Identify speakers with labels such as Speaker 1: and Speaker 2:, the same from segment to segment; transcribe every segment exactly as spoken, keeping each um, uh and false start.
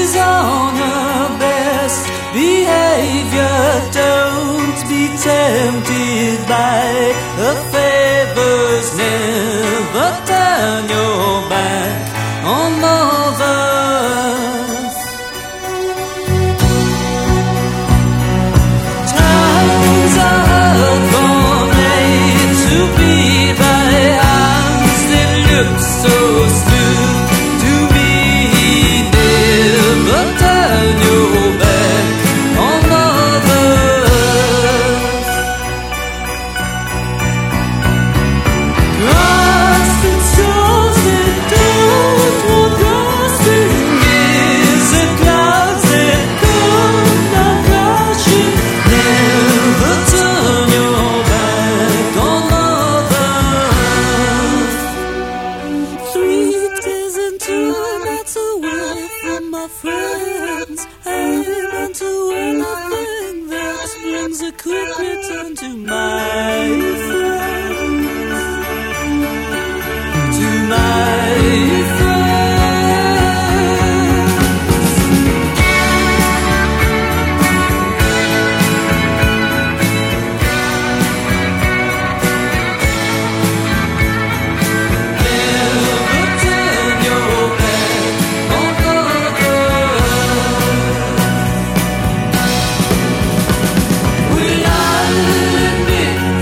Speaker 1: is on her best behavior. Don't be tempted by the favors. Never turn your back on mothers. Times are hard for made to be by hands that look so smooth to me. Never turn your back on mothers. Constant souls that don't want grasping is a clouds that come down crashing. Never turn your back on mothers. Three days and two nights away from my friends, aiming to anything that brings a quick return to my friends, to my friends. Never turn your back on others. Well, I'll admit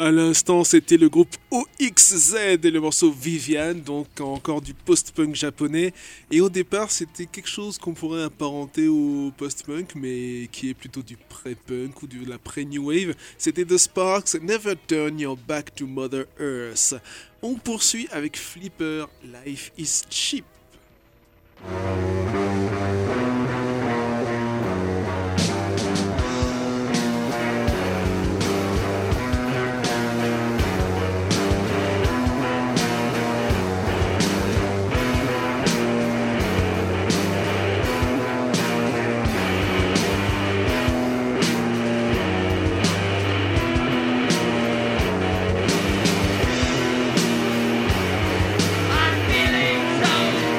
Speaker 2: À l'instant, c'était le groupe O X Z et le morceau Vivian, donc encore du post-punk japonais. Et au départ, c'était quelque chose qu'on pourrait apparenter au post-punk, mais qui est plutôt du pré-punk ou de la pré-new wave. C'était The Sparks, Never Turn Your Back to Mother Earth. On poursuit avec Flipper, Life is Cheap.
Speaker 3: I'm feeling so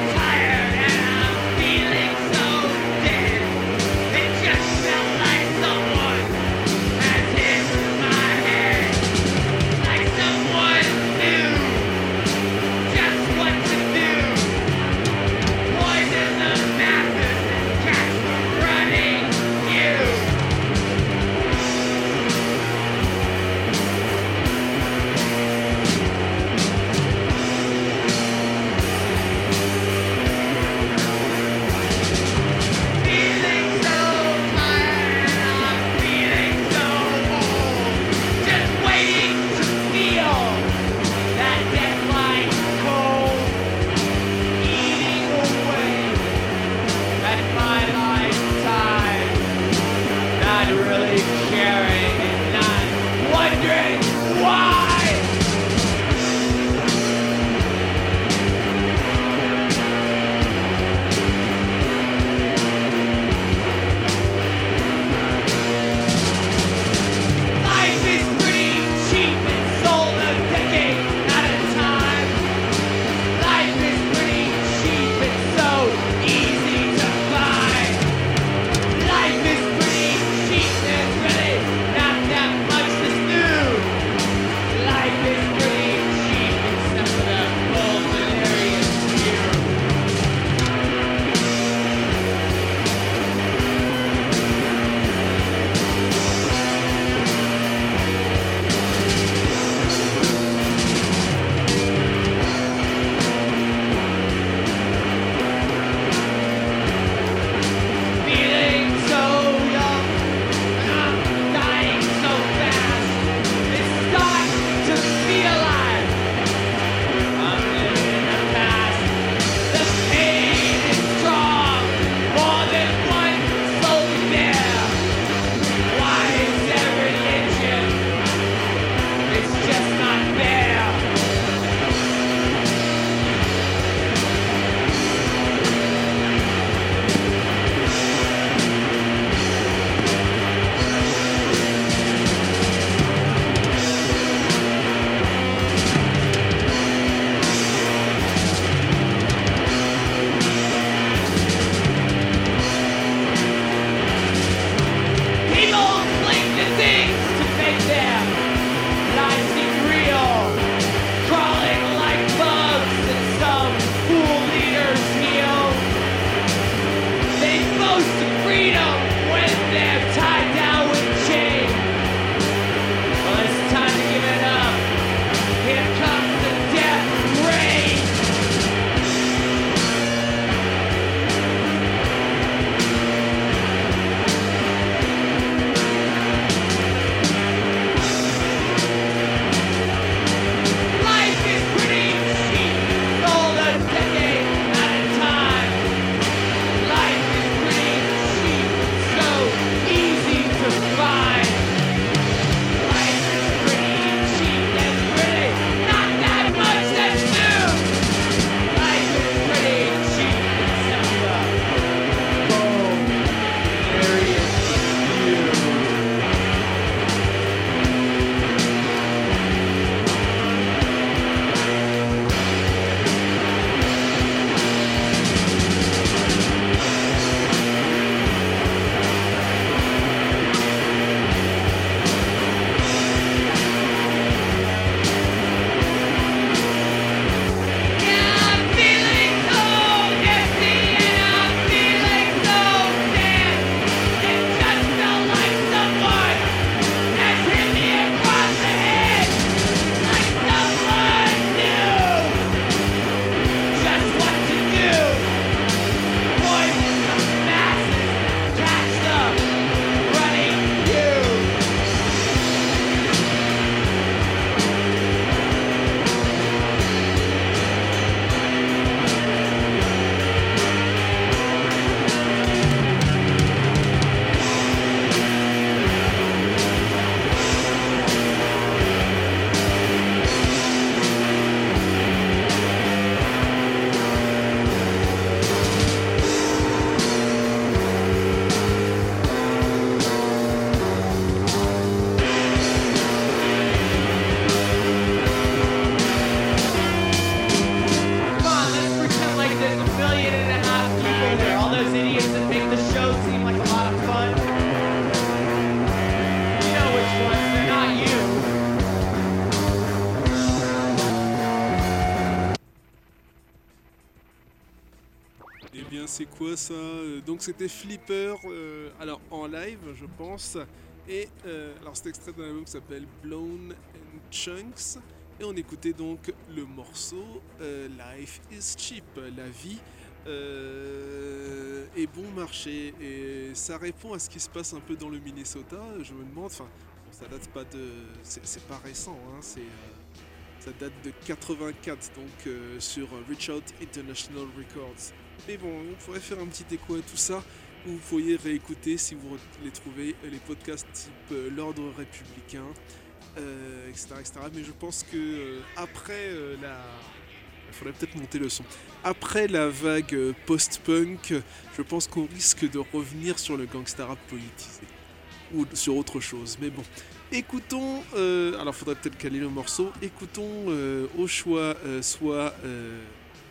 Speaker 2: Eh bien, c'est quoi ça? Euh, Donc, c'était Flipper, euh, alors en live, je pense. Et euh, alors, c'est extrait d'un album qui s'appelle Blown and Chunks. Et on écoutait donc le morceau euh, Life is Cheap, la vie euh, est bon marché. Et ça répond à ce qui se passe un peu dans le Minnesota. Je me demande, enfin, bon, ça date pas de. C'est c'est pas récent, hein, c'est. euh, ça date de quatre-vingt-quatre, donc euh, sur Reach Out International Records. Mais bon, on pourrait faire un petit écho à tout ça. Vous pourriez réécouter si vous les trouvez, les podcasts type euh, l'ordre républicain, euh, et cetera, et cetera. Mais je pense que euh, après euh, la... Il faudrait peut-être monter le son. Après la vague euh, post-punk, je pense qu'on risque de revenir sur le gangsta rap politisé. Ou sur autre chose, mais bon. Écoutons, euh, alors faudrait peut-être caler le morceau, écoutons euh, au choix euh, soit... Euh,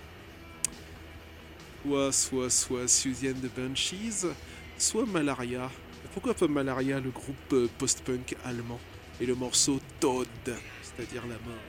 Speaker 2: soit, soit, soit Suzy and the Banshees, soit Malaria. Pourquoi pas Malaria, le groupe euh, post-punk allemand, et le morceau Tod, c'est-à-dire la mort.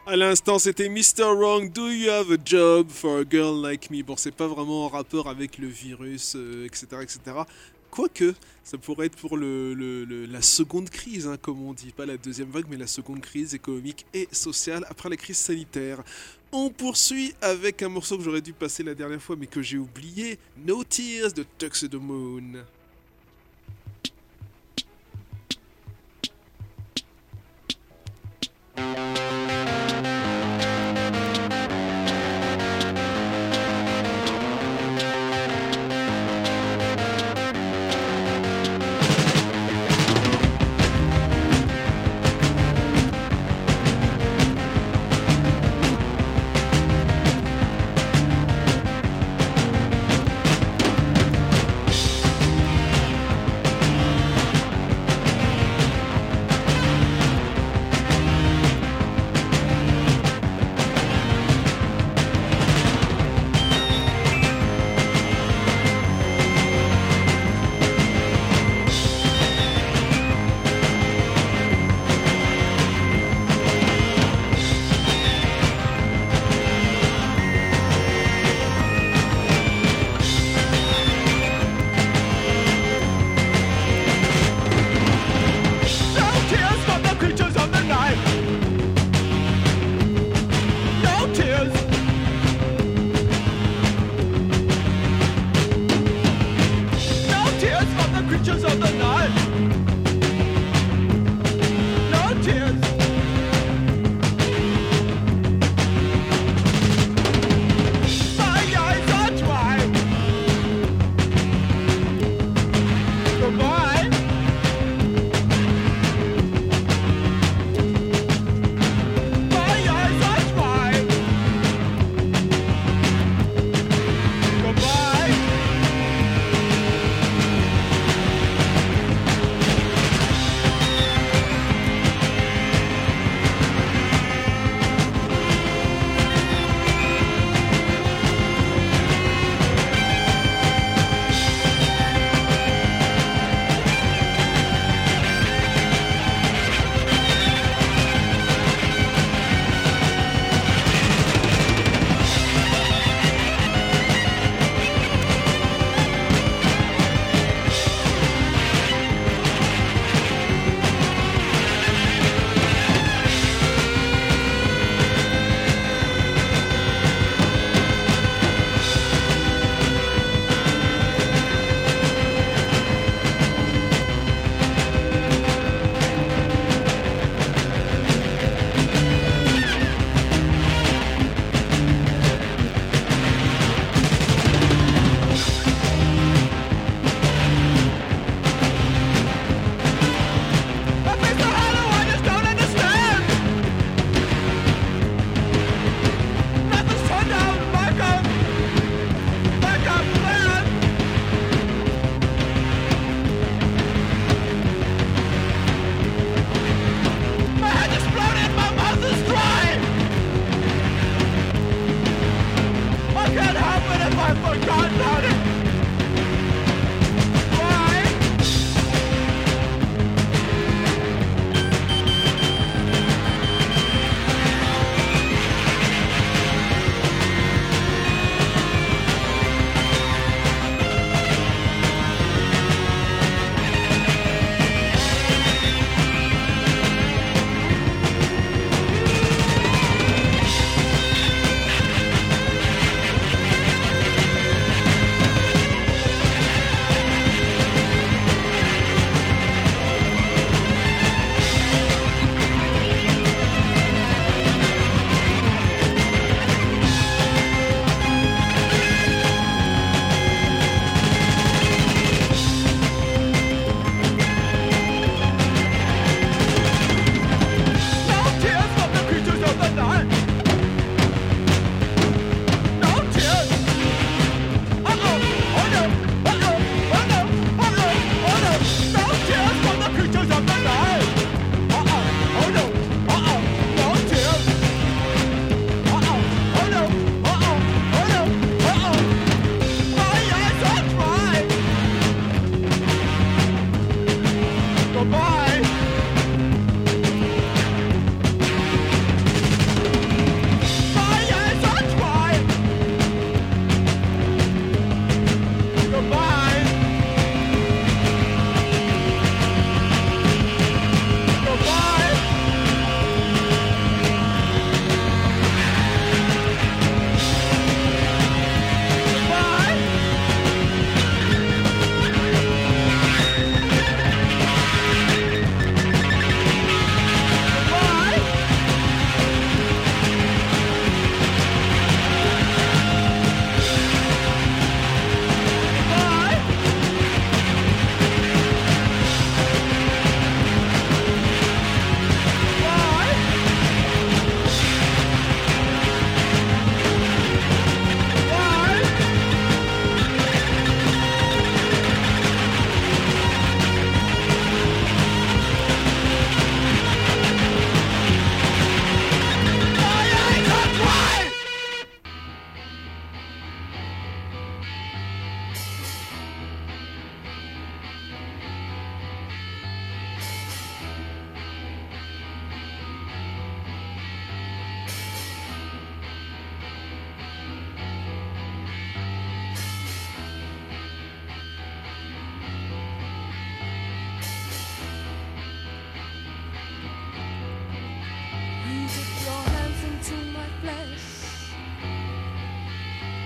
Speaker 2: À l'instant, c'était mister Wrong, Do You Have a Job for a Girl Like Me? Bon, c'est pas vraiment en rapport avec le virus, euh, et cetera, et cetera. Quoique, ça pourrait être pour le, le- le- la seconde crise, hein, comme on dit. Pas la deuxième vague, mais la seconde crise économique et sociale après la crise sanitaire. On poursuit avec un morceau que j'aurais dû passer la dernière fois, mais que j'ai oublié. No Tears de Tuxedo Moon.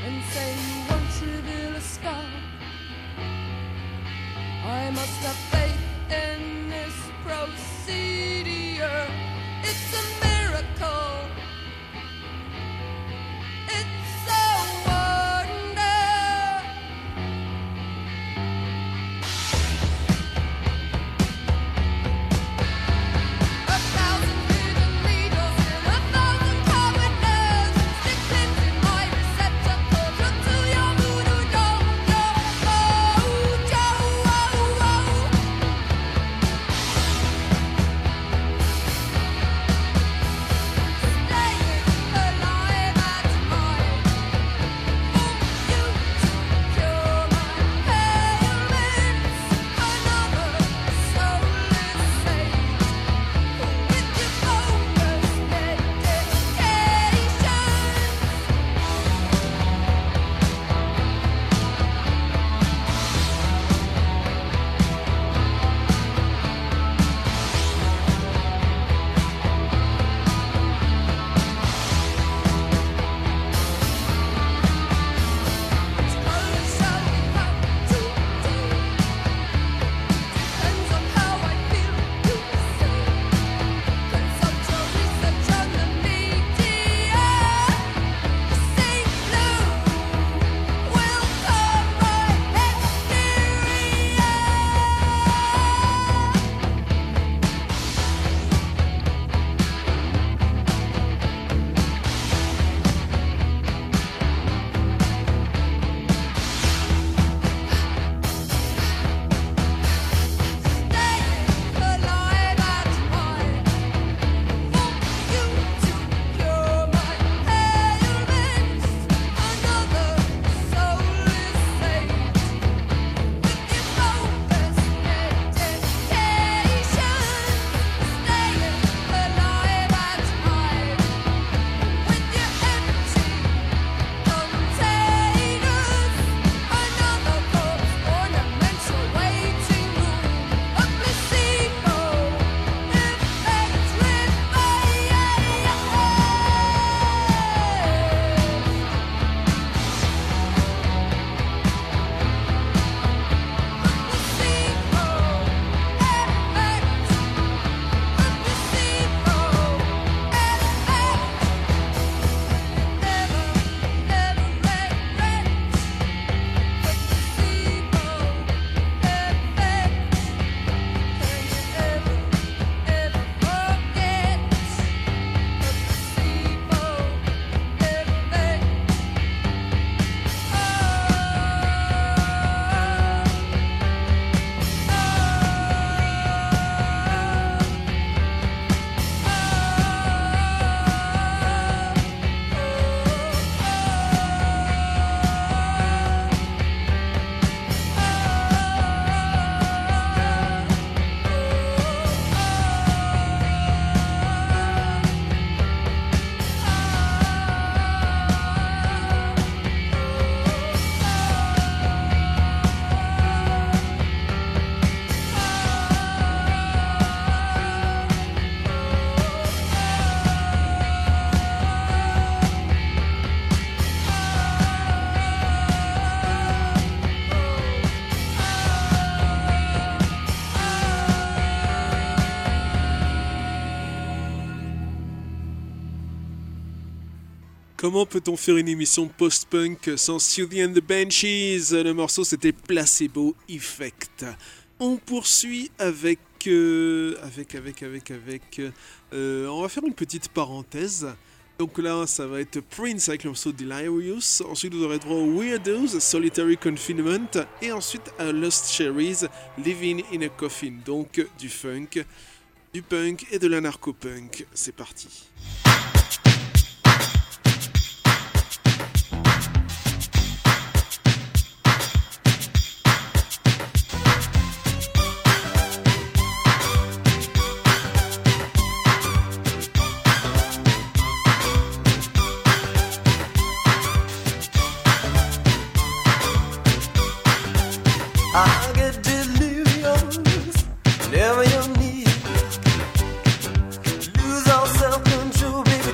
Speaker 1: and say you won't reveal a scar. I must have faith in this procedure. It's a miracle. It's a wonder. A thousand hidden needles in a thousand covered nerves. Stick pins in my receptacle. Run to your voodoo doll, your mojo.
Speaker 2: Comment peut-on faire une émission post-punk sans Siouxsie and the Banshees? Le morceau c'était Placebo Effect. On poursuit avec... Euh, avec, avec, avec, avec... Euh, on va faire une petite parenthèse. Donc là, ça va être Prince avec le morceau Delirious. Ensuite, vous aurez droit aux Weirdos, Solitary Confinement. Et ensuite à Lost Cherries, Living in a Coffin. Donc du funk, du punk et de l'anarcho-punk. C'est parti.
Speaker 3: I get delirious whenever you're near. Lose all self-control, baby.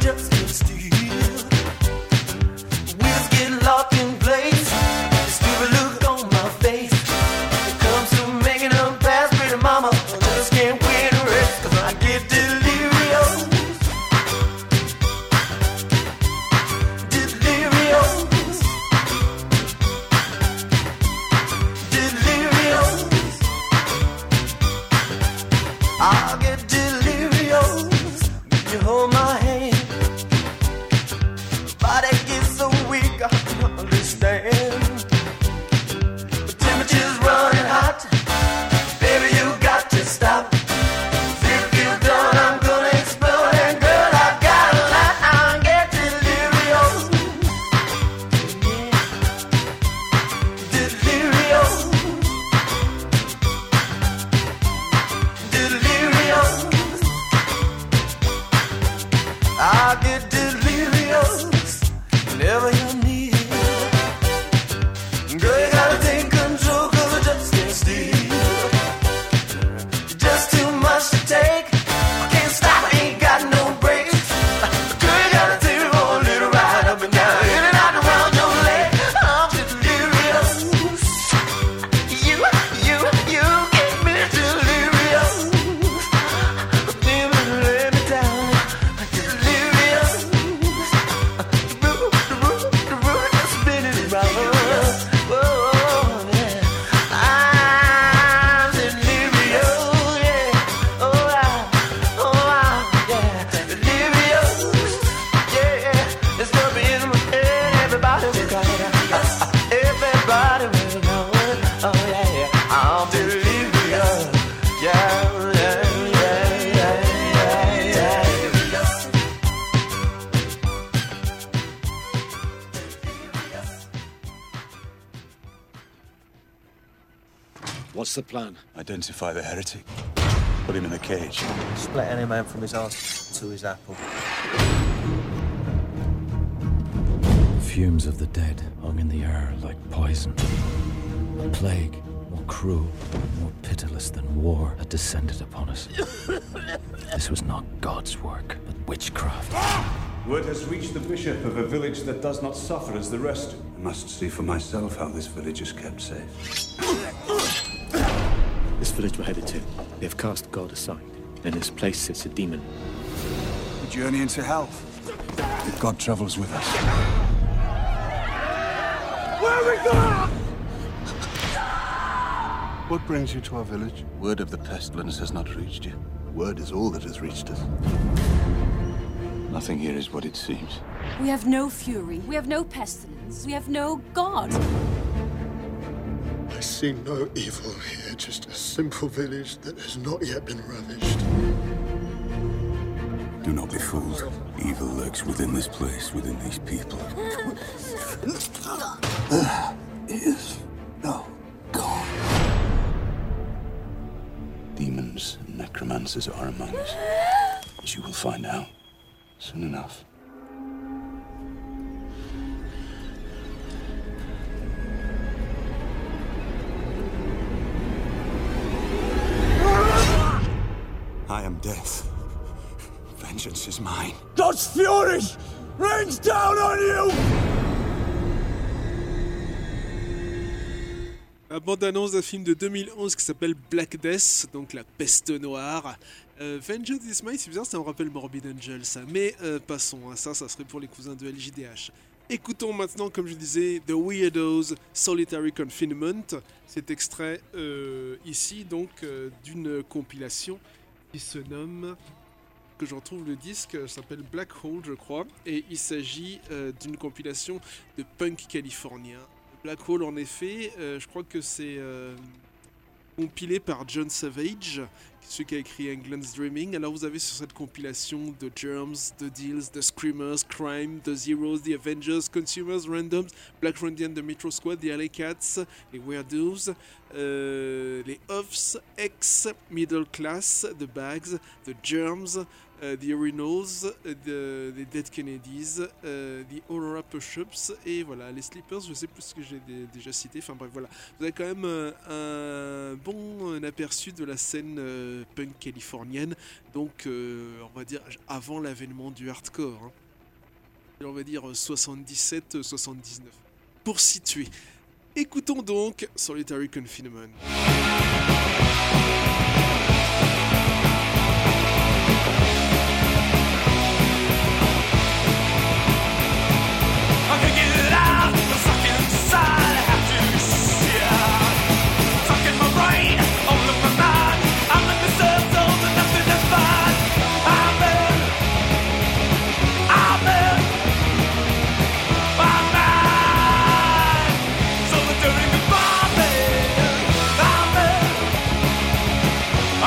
Speaker 4: What's the plan?
Speaker 5: Identify the heretic. Put him in a cage.
Speaker 6: Split any man from his arse to his apple.
Speaker 7: Fumes of the dead hung in the air like poison. A plague, more cruel, more pitiless than war, had descended upon us. This was not God's work, but witchcraft.
Speaker 5: Word has reached the bishop of a village that does not suffer as the rest. I must see for myself how this village is kept safe.
Speaker 4: This village we're headed to, they have cast God aside. In its place sits a demon.
Speaker 5: We journey into hell. If God travels with us.
Speaker 3: Where are we going? What brings you to our village?
Speaker 5: Word of the pestilence has not reached you.
Speaker 3: Word is all that has reached us.
Speaker 5: Nothing here is what it seems.
Speaker 8: We have no fury. We have no pestilence. We have no God.
Speaker 3: I see no evil here, just a simple village that has not yet been ravished.
Speaker 5: Do not be fooled. Evil lurks within this place, within these people. There is no God. Demons and necromancers are among us. As you will find out soon enough. I am death. Vengeance is mine.
Speaker 3: God's fury rains down on you!
Speaker 2: La bande-annonce d'un film de deux mille onze qui s'appelle Black Death, donc la peste noire. Euh, Vengeance is mine, c'est bizarre, ça me rappelle Morbid Angel, ça. Mais euh, passons, hein, ça, ça serait pour les cousins de L J D H. Écoutons maintenant, comme je disais, The Weirdos, Solitary Confinement. Cet extrait euh, ici, donc, euh, d'une compilation qui se nomme, que je retrouve le disque, ça s'appelle Black Hole, je crois, et il s'agit euh, d'une compilation de punk californien. Black Hole, en effet, euh, je crois que c'est euh, compilé par John Savage, celui qui a écrit England's Dreaming. Alors vous avez sur cette compilation The Germs, The Deals, The Screamers, Crime, The Zeros, The Avengers, Consumers, Randoms, Black Rundian, The Metro Squad, The L A Cats, les Weirdos, euh, les Offs, X, Middle Class, The Bags, The Germs, Uh, The Urinals, uh, the, the Dead Kennedys, uh, The Aurora Push-Ups, et voilà, les Sleepers, je sais plus ce que j'ai d- déjà cité, enfin bref, voilà. Vous avez quand même euh, un bon un aperçu de la scène euh, punk californienne, donc euh, on va dire avant l'avènement du hardcore, hein. On va dire soixante-dix-sept soixante-dix-neuf. Pour situer, écoutons donc Solitary Confinement.
Speaker 9: So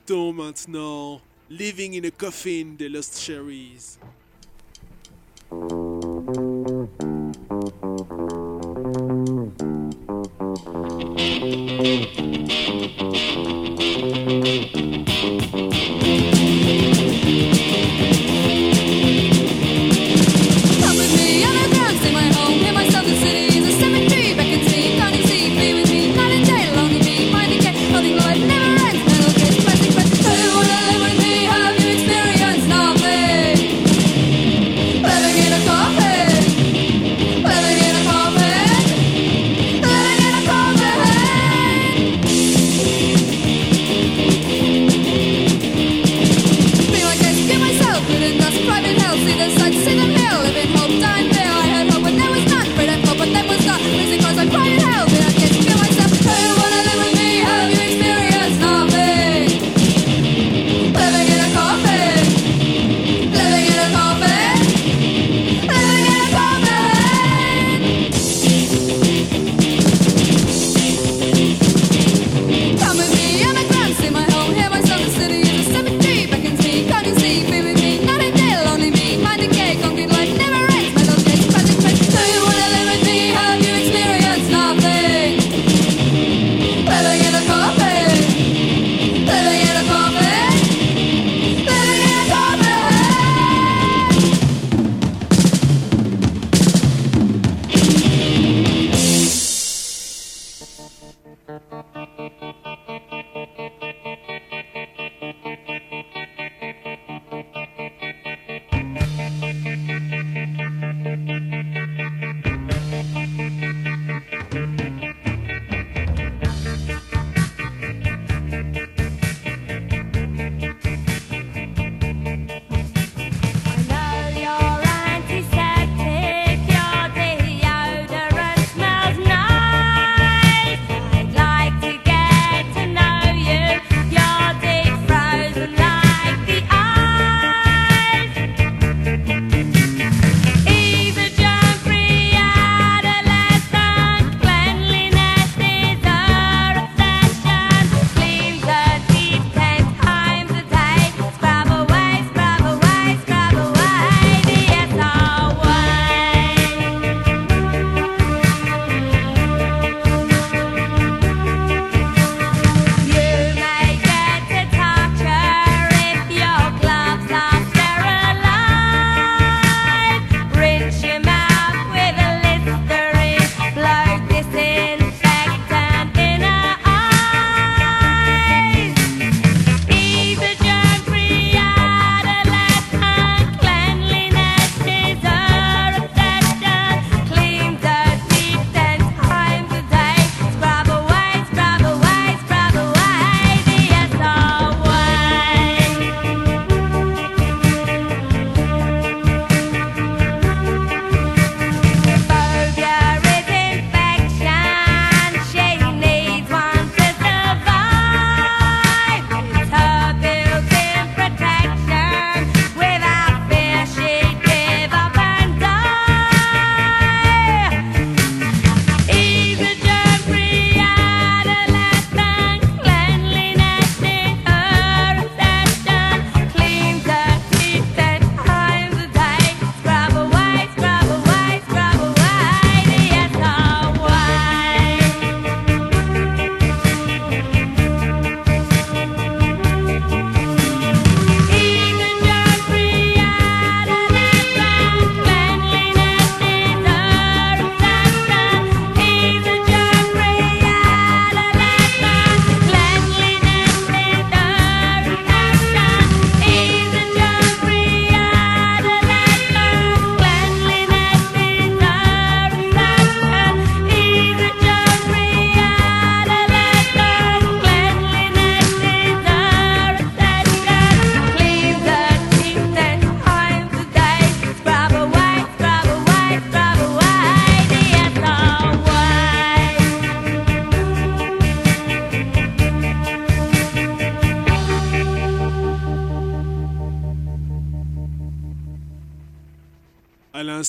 Speaker 2: écoutons maintenant Living in a Coffin des Lost Cherries.
Speaker 9: Living in a car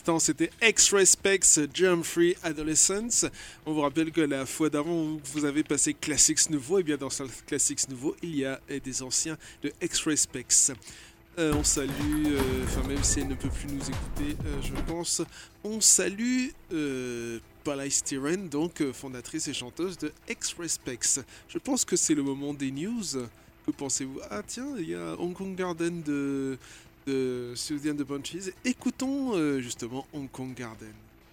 Speaker 2: l'instant, c'était X-Ray Specs, Germ Free Adolescence. On vous rappelle que la fois d'avant, vous avez passé Classics Nouveau. Et bien dans ce Classics Nouveau, il y a des anciens de X-Ray Specs. Euh, on salue, euh, enfin même si elle ne peut plus nous écouter, euh, je pense, on salue euh, Palai Stiren, donc euh, fondatrice et chanteuse de X-Ray Specs. Je pense que c'est le moment des news. Que pensez-vous? Ah tiens, il y a Hong Kong Garden de, de Suzy and the Bunches. Écoutons euh, justement Hong Kong Garden.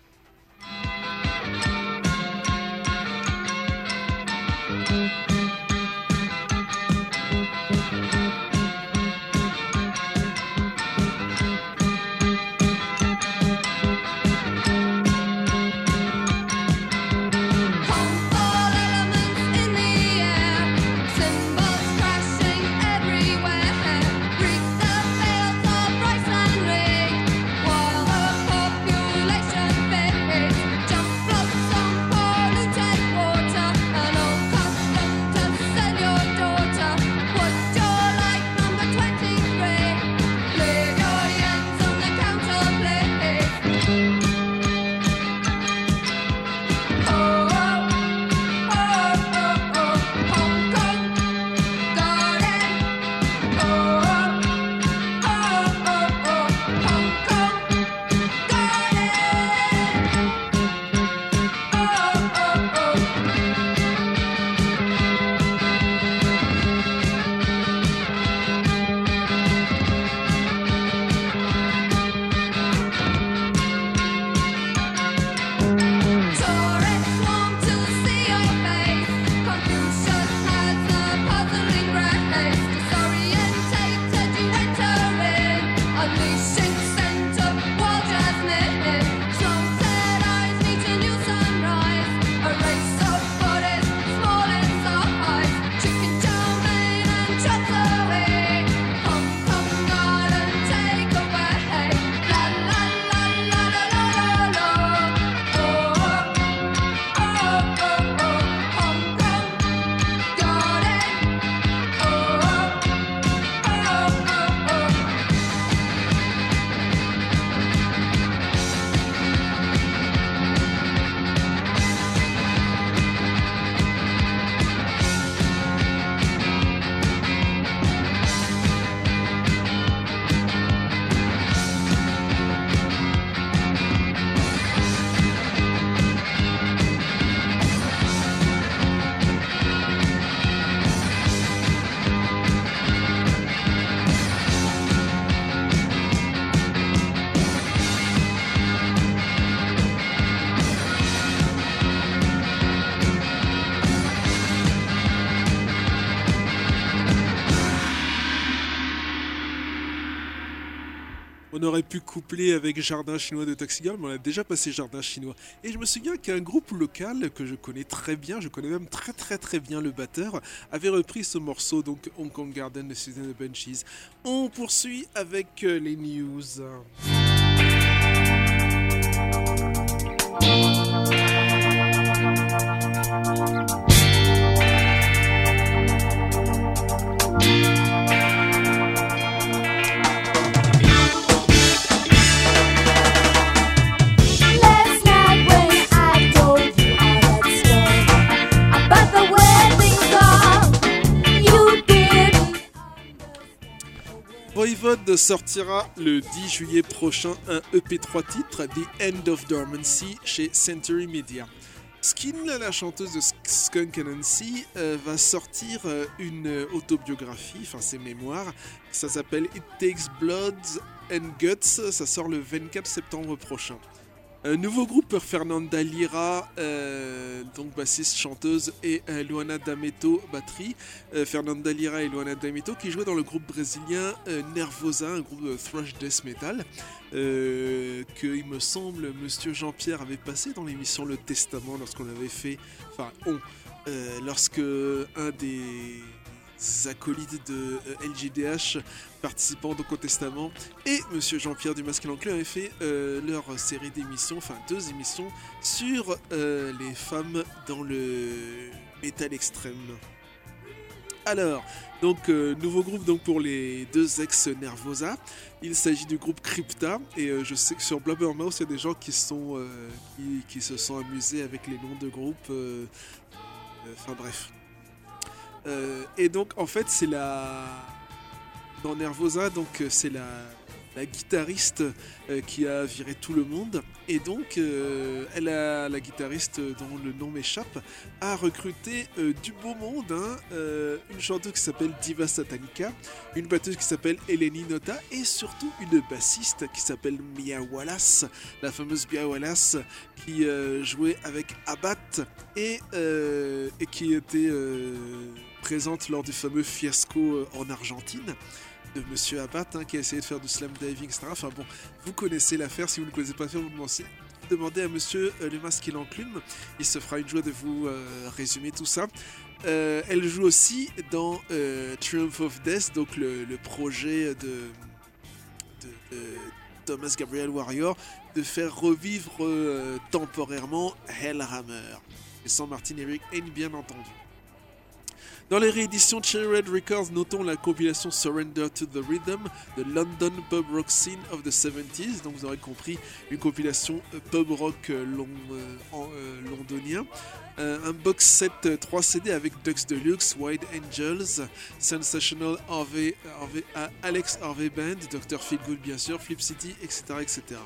Speaker 2: On aurait pu coupler avec Jardin Chinois de Taxi Girl, mais on a déjà passé Jardin Chinois. Et je me souviens qu'un groupe local que je connais très bien, je connais même très très très bien le batteur, avait repris ce morceau, donc Hong Kong Garden de Suzy and the Bunches. On poursuit avec euh, les news. Voivod sortira le dix juillet prochain un E P trois titres, The End of Dormancy, chez Century Media. Skin, la chanteuse de Skunk Anansie, euh, va sortir euh, une autobiographie, enfin ses mémoires, ça s'appelle It Takes Blood and Guts, ça sort le vingt-quatre septembre prochain. Un nouveau groupe pour Fernanda Lira, euh, donc bassiste, chanteuse, et euh, Luana D'Ameto, batterie. Euh, Fernanda Lira et Luana D'Ameto qui jouaient dans le groupe brésilien euh, Nervosa, un groupe de thrash death metal, euh, que, il me semble, Monsieur Jean-Pierre avait passé dans l'émission Le Testament lorsqu'on avait fait, enfin on, euh, lorsque un des acolytes de euh, L G D H participant donc au Testament et Monsieur Jean-Pierre du Masque et l'Enclume avaient fait euh, leur série d'émissions, enfin deux émissions sur euh, les femmes dans le métal extrême. Alors, donc euh, nouveau groupe donc pour les deux ex-Nervosa. Il s'agit du groupe Crypta et euh, je sais que sur Blabbermouth il y a des gens qui sont euh, qui, qui se sont amusés avec les noms de groupes. Euh, euh, enfin bref. Euh, et donc en fait c'est la dans Nervosa donc c'est la la guitariste euh, qui a viré tout le monde et donc euh, elle a la guitariste dont le nom m'échappe a recruté euh, du beau monde hein, euh, une chanteuse qui s'appelle Diva Satanica, une batteuse qui s'appelle Eleni Nota et surtout une bassiste qui s'appelle Mia Wallace, la fameuse Mia Wallace qui euh, jouait avec Abbat et, euh, et qui était euh, présente lors du fameux fiasco en Argentine de Monsieur Abbat hein, qui a essayé de faire du slam diving, et cetera. Enfin bon, vous connaissez l'affaire, si vous ne connaissez pas l'affaire, vous demandez, demandez à Monsieur euh, le masque et l'enclume, il se fera une joie de vous euh, résumer tout ça. Euh, elle joue aussi dans euh, Triumph of Death, donc le, le projet de, de, de Thomas Gabriel Warrior de faire revivre euh, temporairement Hellhammer, et sans Martin Eric Hain bien entendu. Dans les rééditions Cherry Red Records, notons la compilation Surrender to the Rhythm de London Pub Rock Scene of the seventies. Donc vous aurez compris, une compilation pub rock long, euh, en, euh, londonien. Euh, un box set trois C D avec Dux Deluxe, Wild Angels, Sensational Harvey, Harvey, uh, Alex Harvey Band, docteur Feelgood bien sûr, Flip City, et cetera et cetera.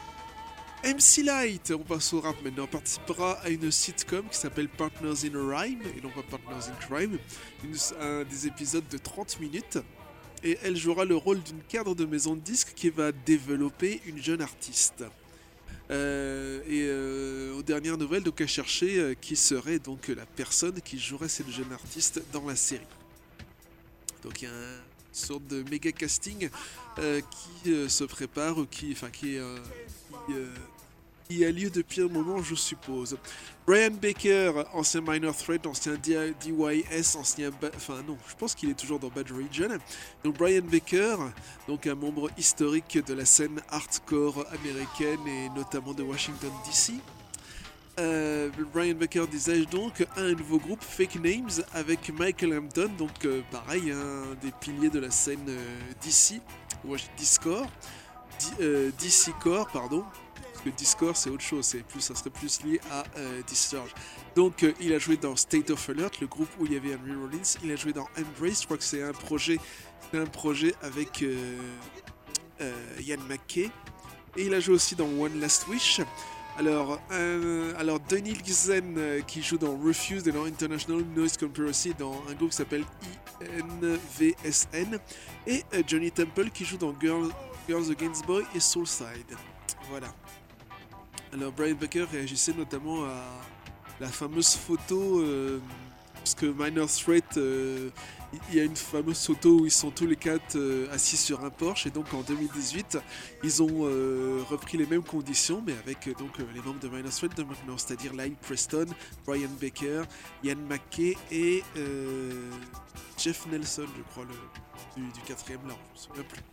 Speaker 2: M C Lyte, on passe au rap maintenant, participera à une sitcom qui s'appelle Partners in Rhyme, et non pas Partners in Crime, une, un des épisodes de trente minutes, et elle jouera le rôle d'une cadre de maison de disques qui va développer une jeune artiste. Euh, et euh, aux dernières nouvelles, donc à chercher euh, qui serait donc la personne qui jouerait cette jeune artiste dans la série. Donc il y a un, une sorte de méga casting euh, qui euh, se prépare, ou qui, enfin qui, euh, qui euh, qui a lieu depuis un moment, je suppose. Brian Baker, ancien Minor Threat, ancien D Y S, ancien... Ba- enfin non, je pense qu'il est toujours dans Bad Religion. Donc Brian Baker, donc un membre historique de la scène hardcore américaine et notamment de Washington D C. Euh, Brian Baker, disais-je donc, a un nouveau groupe, Fake Names, avec Michael Hampton, donc euh, pareil, un des piliers de la scène euh, D C, Discord, D- euh, D C Core, pardon. Le Discord c'est autre chose, c'est plus, ça serait plus lié à euh, Discharge. Donc euh, il a joué dans State of Alert, le groupe où il y avait Henry Rollins. Il a joué dans Embrace, je crois que c'est un projet, c'est un projet avec euh, euh, Ian McKay. Et il a joué aussi dans One Last Wish. Alors, euh, alors Donny Gleason euh, qui joue dans Refused et dans International Noise Conspiracy dans un groupe qui s'appelle I N V S N. Et euh, Johnny Temple qui joue dans Girls, Girls Against Boys et Soulside. Voilà. Alors Brian Baker réagissait notamment à la fameuse photo, euh, parce que Minor Threat, euh, il y a une fameuse photo où ils sont tous les quatre euh, assis sur un Porsche, et donc en deux mille dix-huit, ils ont euh, repris les mêmes conditions, mais avec euh, donc, euh, les membres de Minor Threat de maintenant, c'est-à-dire Lyle Preston, Brian Baker, Ian McKay et euh, Jeff Nelson, je crois, le, du, du quatrième là, je me souviens plus.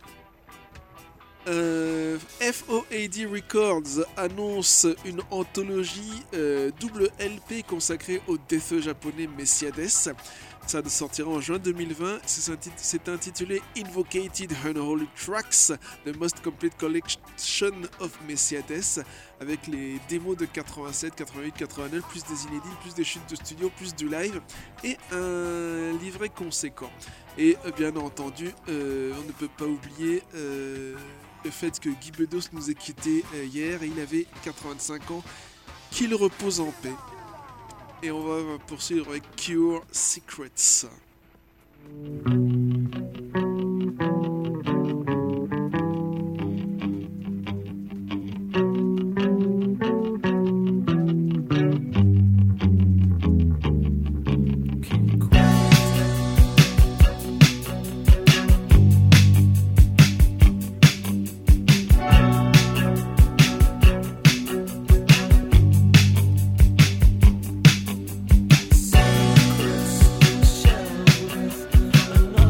Speaker 2: Euh, F O A D Records annonce une anthologie euh, double L P consacrée au death japonais Messiades. Ça sortira en juin deux mille vingt. C'est intitulé Invocated Unholy Tracks, The Most Complete Collection of Messiades, avec les démos de quatre-vingt-sept, quatre-vingt-huit, quatre-vingt-neuf, plus des inédits, plus des chutes de studio, plus du live, et un livret conséquent. Et bien entendu, euh, on ne peut pas oublier euh, le fait que Guy Bedos nous ait quittés euh, hier, et il avait quatre-vingt-cinq ans, qu'il repose en paix. Et on va poursuivre avec Cure Secrets.
Speaker 1: Secrets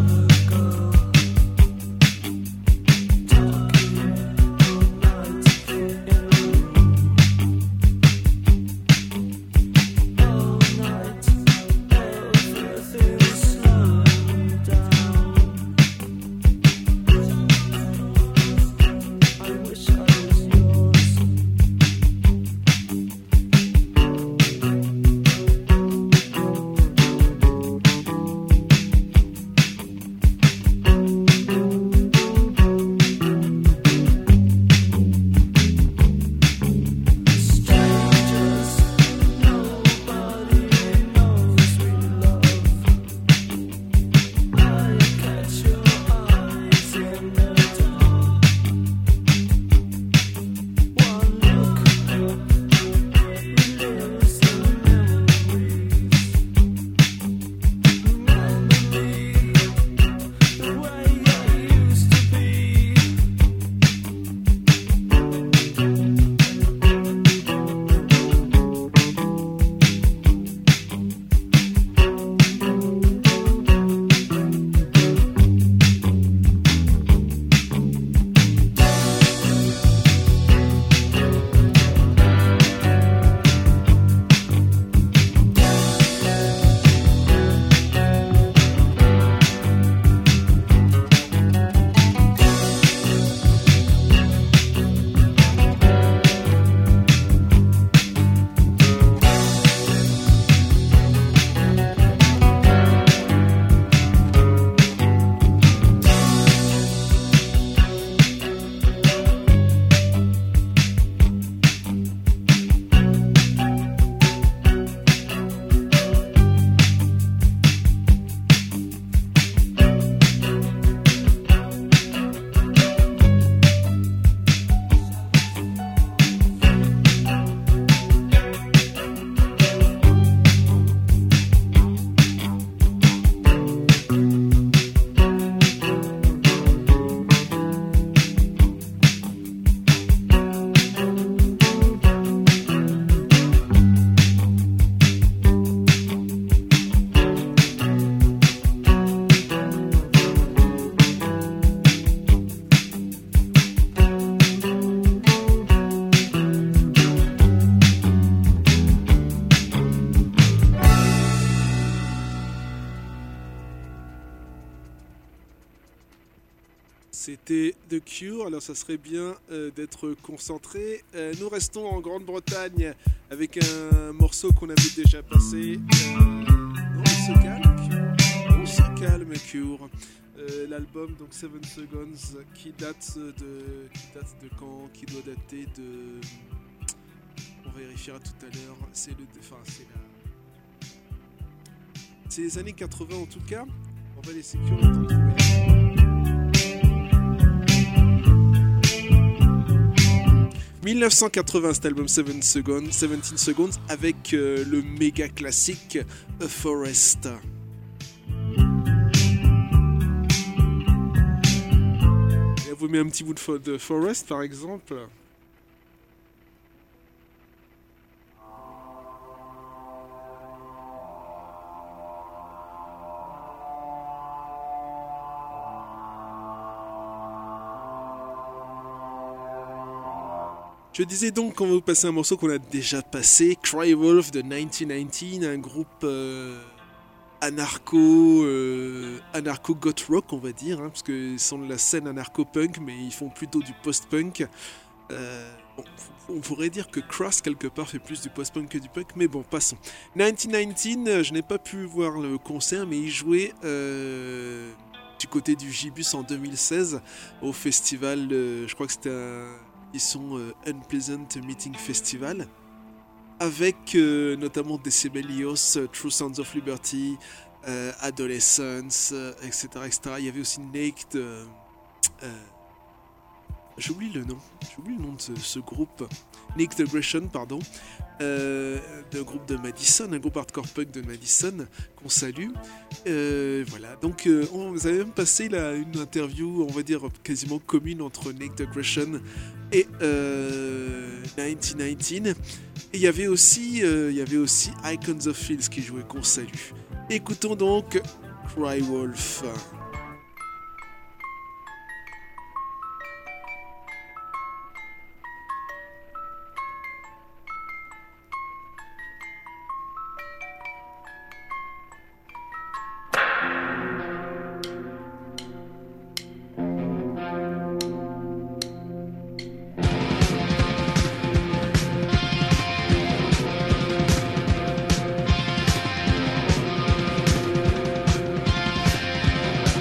Speaker 2: C'était The Cure, alors ça serait bien euh, d'être concentré. Euh, nous restons en Grande-Bretagne avec un morceau qu'on avait déjà passé. Euh, non, on se calme, Cure. On se calme, Cure. Euh, l'album, donc Seven Seconds, qui date de, qui date de quand, qui doit dater de... On vérifiera tout à l'heure. C'est le... Enfin, c'est la... C'est les années quatre-vingts en tout cas. On va laisser Cure le temps de trouver. dix-neuf cent quatre-vingts, cet album Seven Seconds, dix-sept Seconds, avec euh, le méga classique A Forest. Et vous met un petit bout de, fo- de Forest par exemple. Je disais donc qu'on va vous passer un morceau qu'on a déjà passé, Cry Wolf de dix-neuf cent dix-neuf, un groupe euh, anarcho, euh, anarcho goth rock on va dire, hein, parce qu'ils sont de la scène anarcho-punk, mais ils font plutôt du post-punk. Euh, bon, on pourrait dire que Cross quelque part fait plus du post-punk que du punk, mais bon, passons. dix-neuf cent dix-neuf, je n'ai pas pu voir le concert, mais ils jouaient euh, du côté du Gibus en deux mille seize au festival, euh, je crois que c'était un... Ils sont euh, Unpleasant Meeting Festival, avec euh, notamment Decibelios, euh, True Sounds of Liberty, euh, Adolescence, euh, et cetera, et cetera. Il y avait aussi Naked. Euh, euh, j'oublie le nom. J'oublie le nom de ce, ce groupe. Naked Aggression, pardon. Euh, d'un groupe de Madison, un groupe hardcore punk de Madison qu'on salue. Euh, voilà, donc euh, on vous avez même passé là une interview, on va dire quasiment commune entre Naked Aggression et euh, dix-neuf cent dix-neuf. Et il y avait aussi, euh, il y avait aussi Icons of Fields qui jouait qu'on salue. Écoutons donc Cry Wolf.
Speaker 9: Thank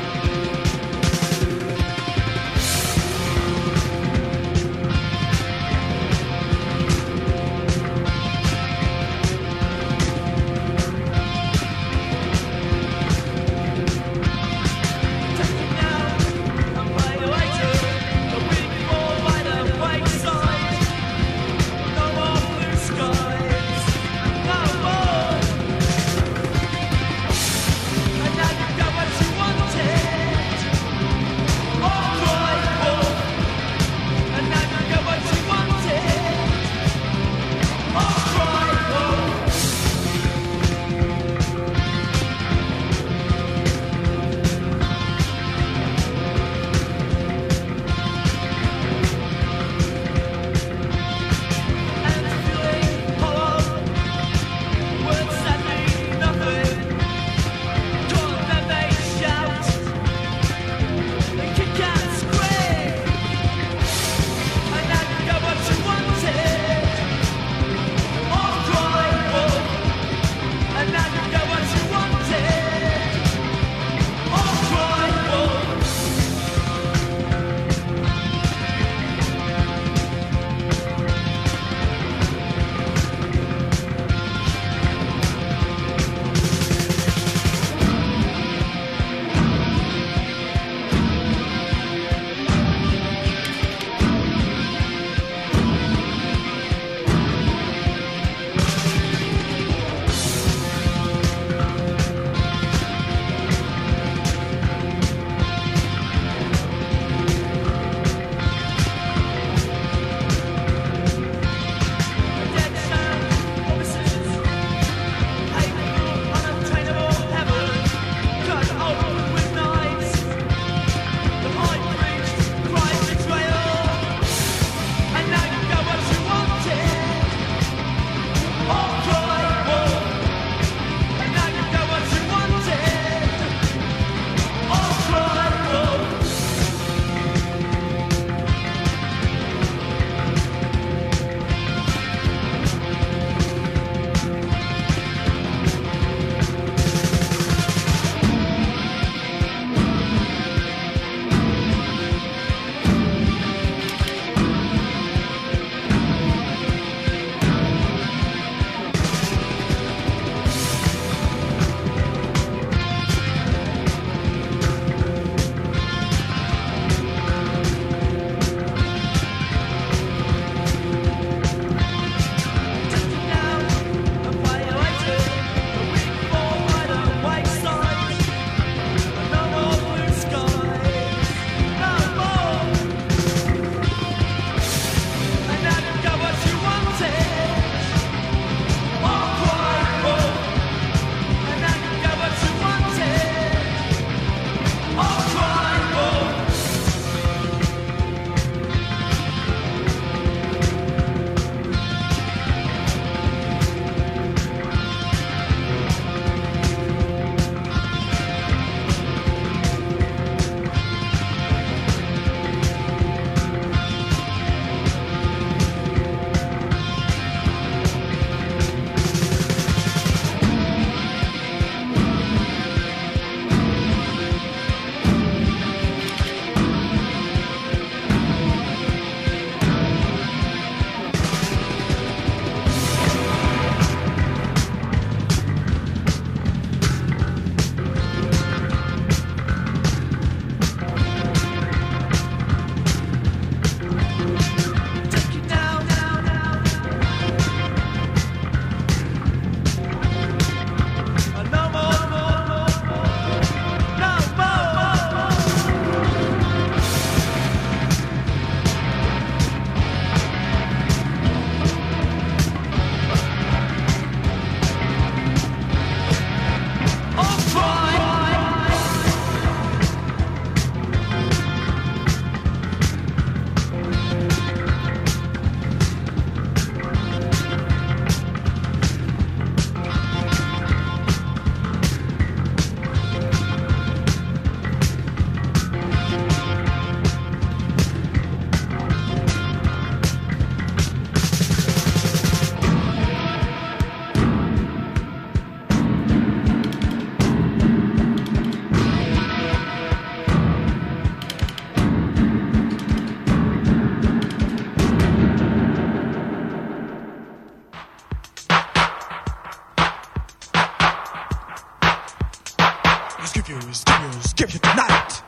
Speaker 9: music, good music, give you tonight.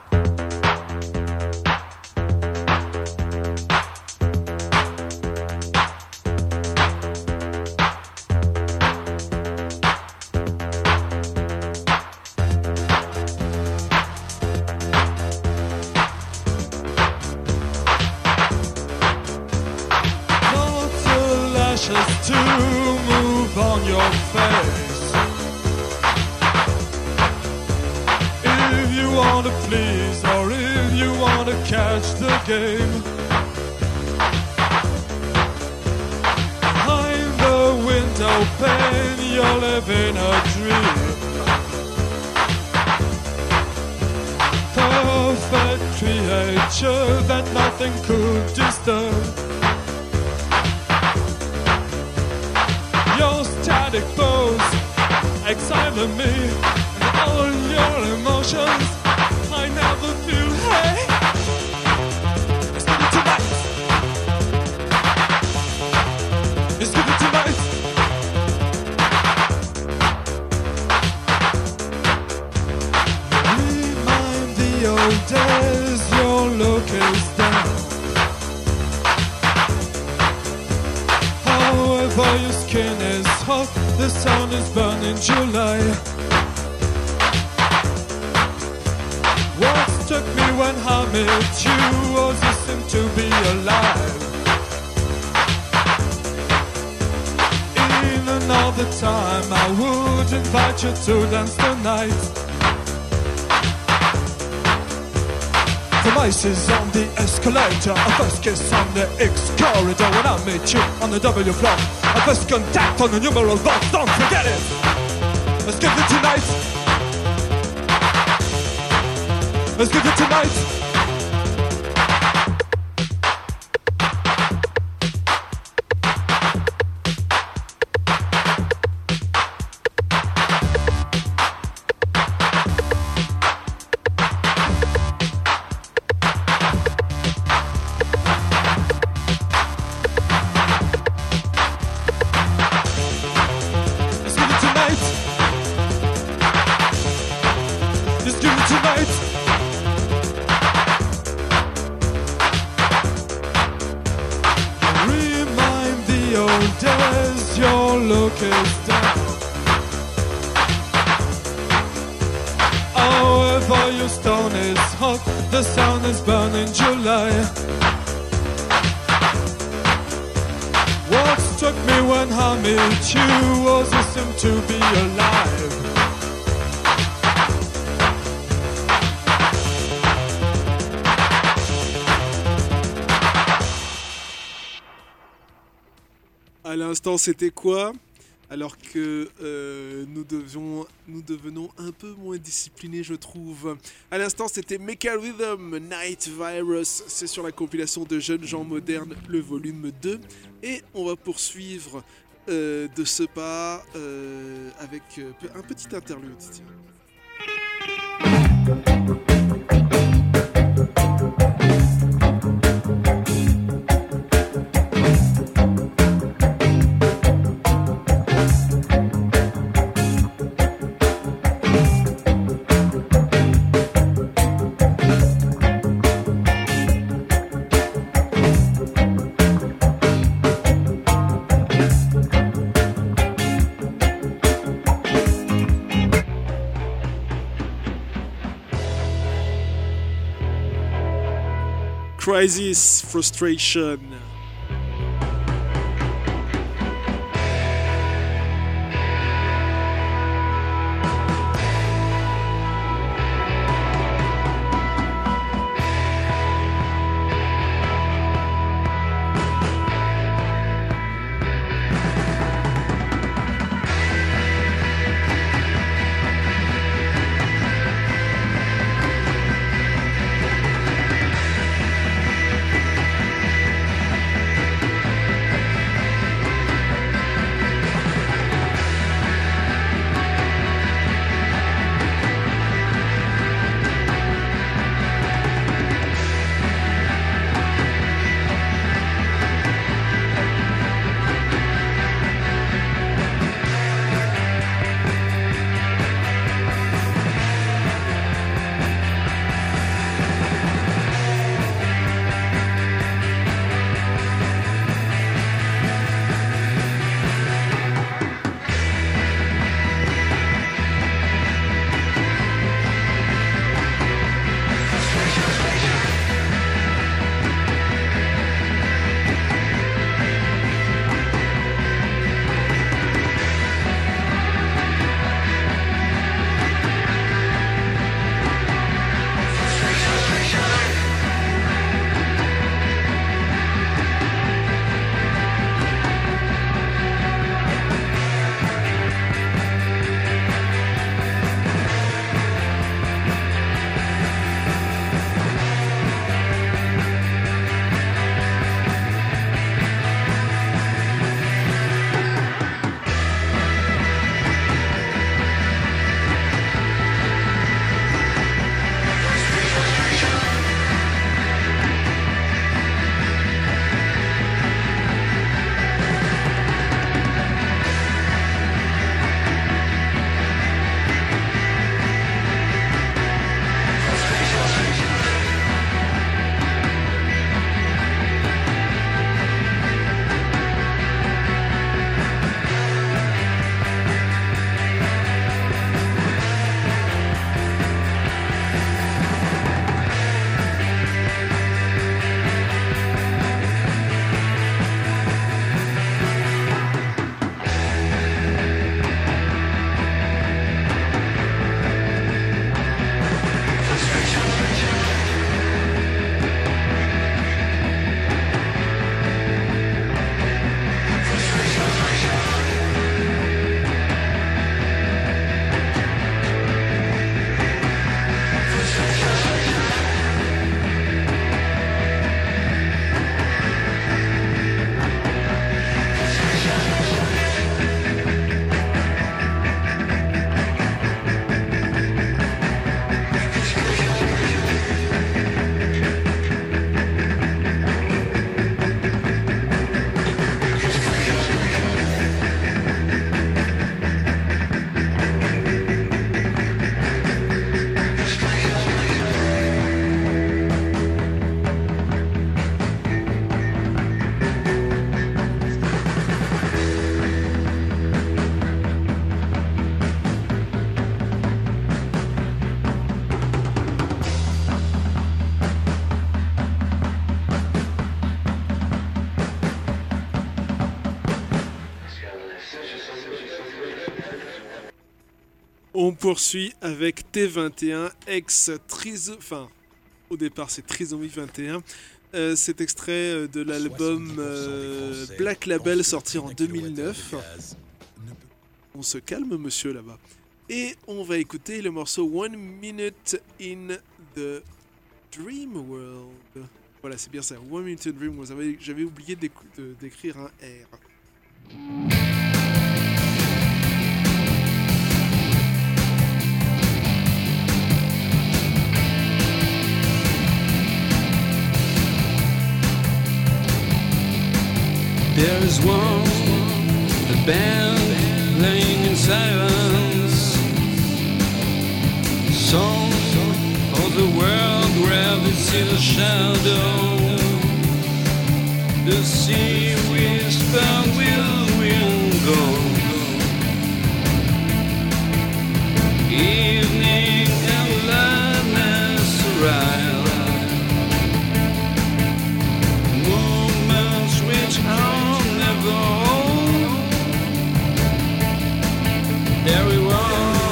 Speaker 10: To move on your face. If you want to please or if you want to catch the game, behind the window pane you're living a dream. Perfect creature that nothing could disturb. Your static pose exciting me, and all your emotions I never feel. Hey, it's gonna be tonight. It's gonna be tonight. Remind the old days. Your look is down. However, your skin is hot, the sun is burning July. What struck me when I met you was you seemed to be alive. In another time I would invite you to dance tonight. Devices on the escalator, a first kiss on the X corridor. When I meet you on the W floor, a first contact on the numeral box. Don't forget it. Let's give it tonight. Let's give it tonight. The sun is burning July. What struck me when I met you was you seemed to be alive.
Speaker 2: À l'instant, c'était quoi? Alors que euh, nous, devions, nous devenons un peu moins disciplinés, je trouve. À l'instant, c'était Mecha Rhythm, Night Virus. C'est sur la compilation de Jeunes gens modernes, le volume deux. Et on va poursuivre euh, de ce pas euh, avec euh, un petit interlude. Tiens. Crisis, frustration. On poursuit avec T vingt et un, ex Triso... Enfin, au départ c'est Trisomy vingt et un. Euh, cet extrait de l'album euh, Black Label sorti en deux mille neuf. On se calme monsieur là-bas. Et on va écouter le morceau One Minute in the Dream World. Voilà, c'est bien ça, One Minute in the Dream World. J'avais, j'avais oublié de, d'écrire un R.
Speaker 11: There is one, the band playing in silence. Song of the world where they see the shadow. The sea whisper will, will go. Evening and lightness arrive. Moments which are never old. There we were.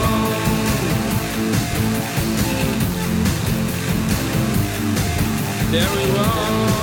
Speaker 11: There we were.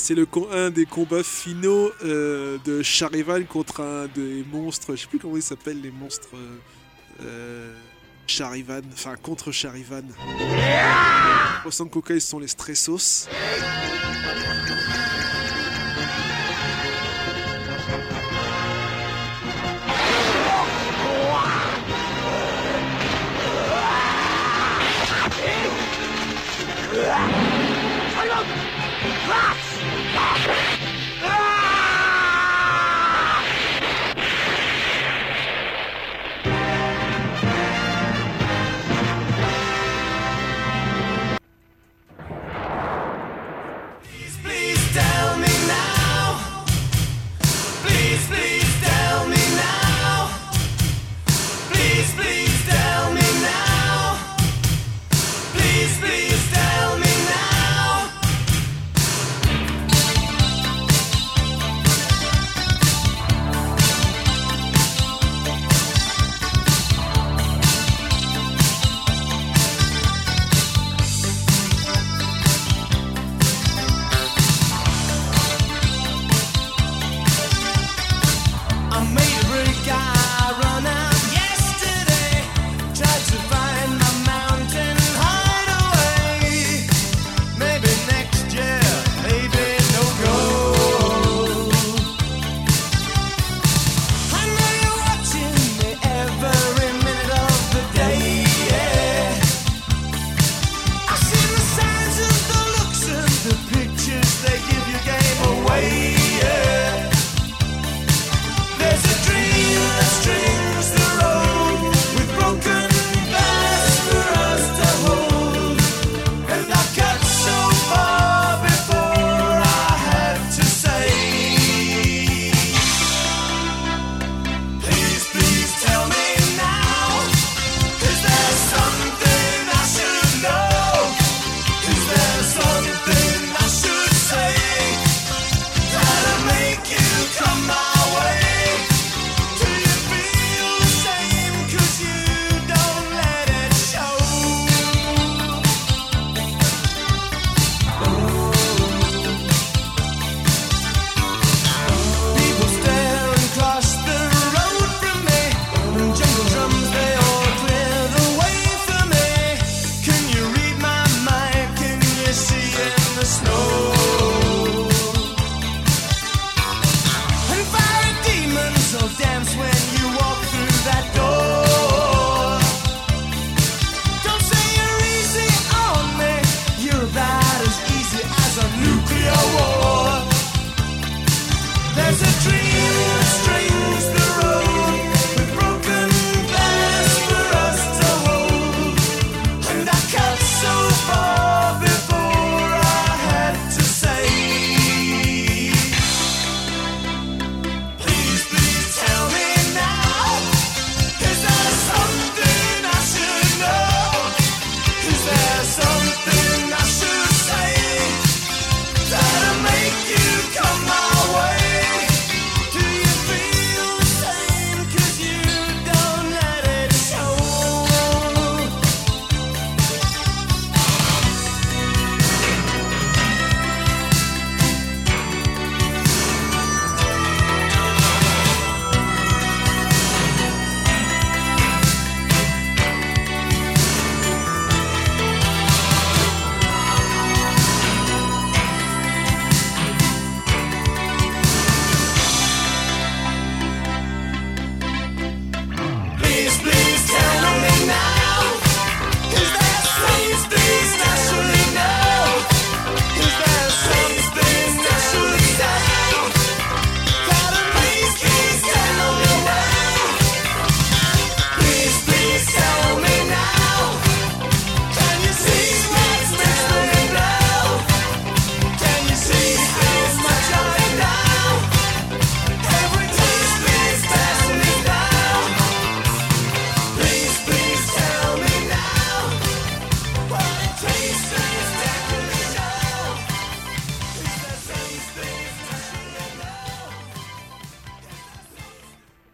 Speaker 2: c'est le com- un des combats finaux euh, de Charivan contre un des monstres. Je sais plus comment ils s'appellent les monstres. Euh, euh, Charivan, enfin contre Charivan. Au Sankoka, ils sont les Stressos.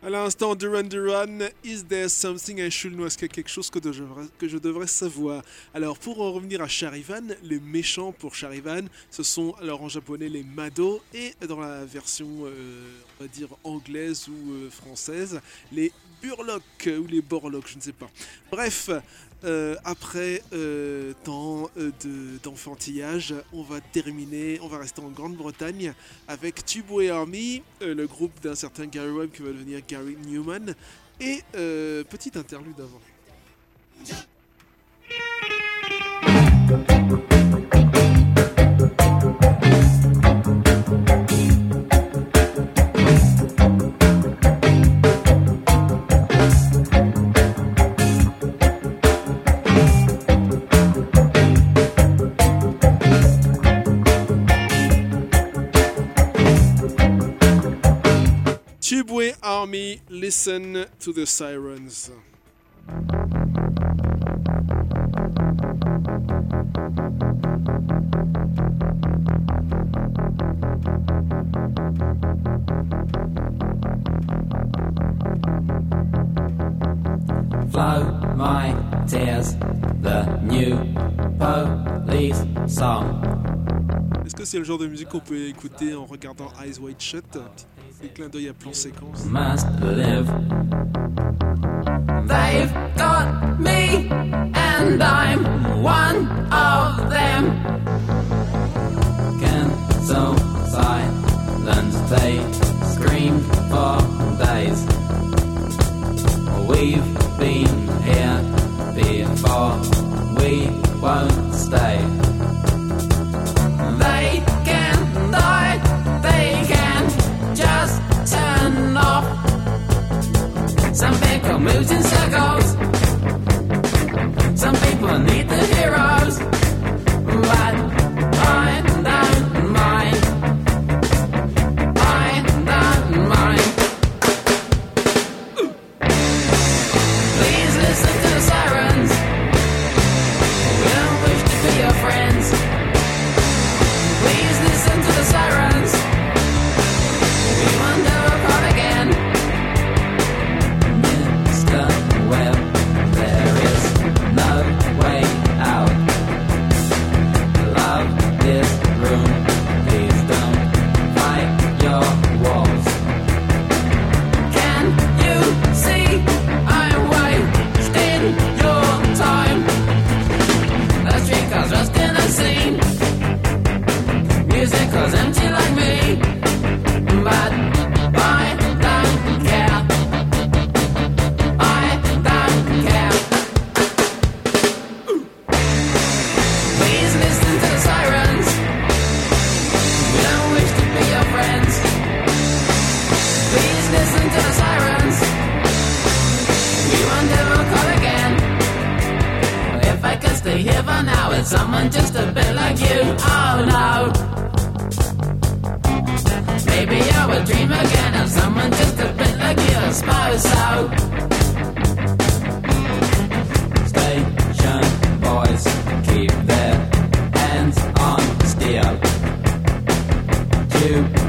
Speaker 2: À l'instant, Duran Duran, Is There Something I Should Know? Est-ce qu'il y a quelque chose que, de, que je devrais savoir? Alors, pour en revenir à Charivan, les méchants pour Charivan, ce sont alors en japonais les Mado et dans la version, euh, on va dire, anglaise ou euh, française, les Burlock ou les Borlock, je ne sais pas. Bref, euh, après euh, tant euh, de, d'enfantillage, on va terminer, on va rester en Grande-Bretagne avec Tubeway Army, euh, le groupe d'un certain Gary Webb qui va devenir Gary Newman, et euh, petite interlude avant. Tubeway Army, listen to the sirens.
Speaker 12: Flow my tears, the new police song.
Speaker 2: Est-ce que c'est le genre de musique qu'on peut écouter en regardant Eyes Wide Shut? Des clins d'œil à plan séquence.
Speaker 12: Must live. They've got me, and I'm one of them. Cancel silence, they screamed for days. We've been here before, we won't stay. They can die, they can just turn off. Some people move in circles, some people need the heroes, but I don't mind, I don't mind. Please listen to the sirens, we don't wish to be your friends. Please listen to the sirens, we won't ever call again. Mister Webb, there is no way out. Love this room, please don't fight your walls. Can you see I'm wasting your time? The street cars just in a scene. Music was empty like me, but I don't care. I don't care. Please listen to the sirens, we don't wish to be your friends. Please listen to the sirens, we won't ever call again. If I could stay here for now with someone just a bit like you, oh no. Maybe I will dream again of someone just a bit like you, I suppose so. Station boys keep their hands on steel. Tube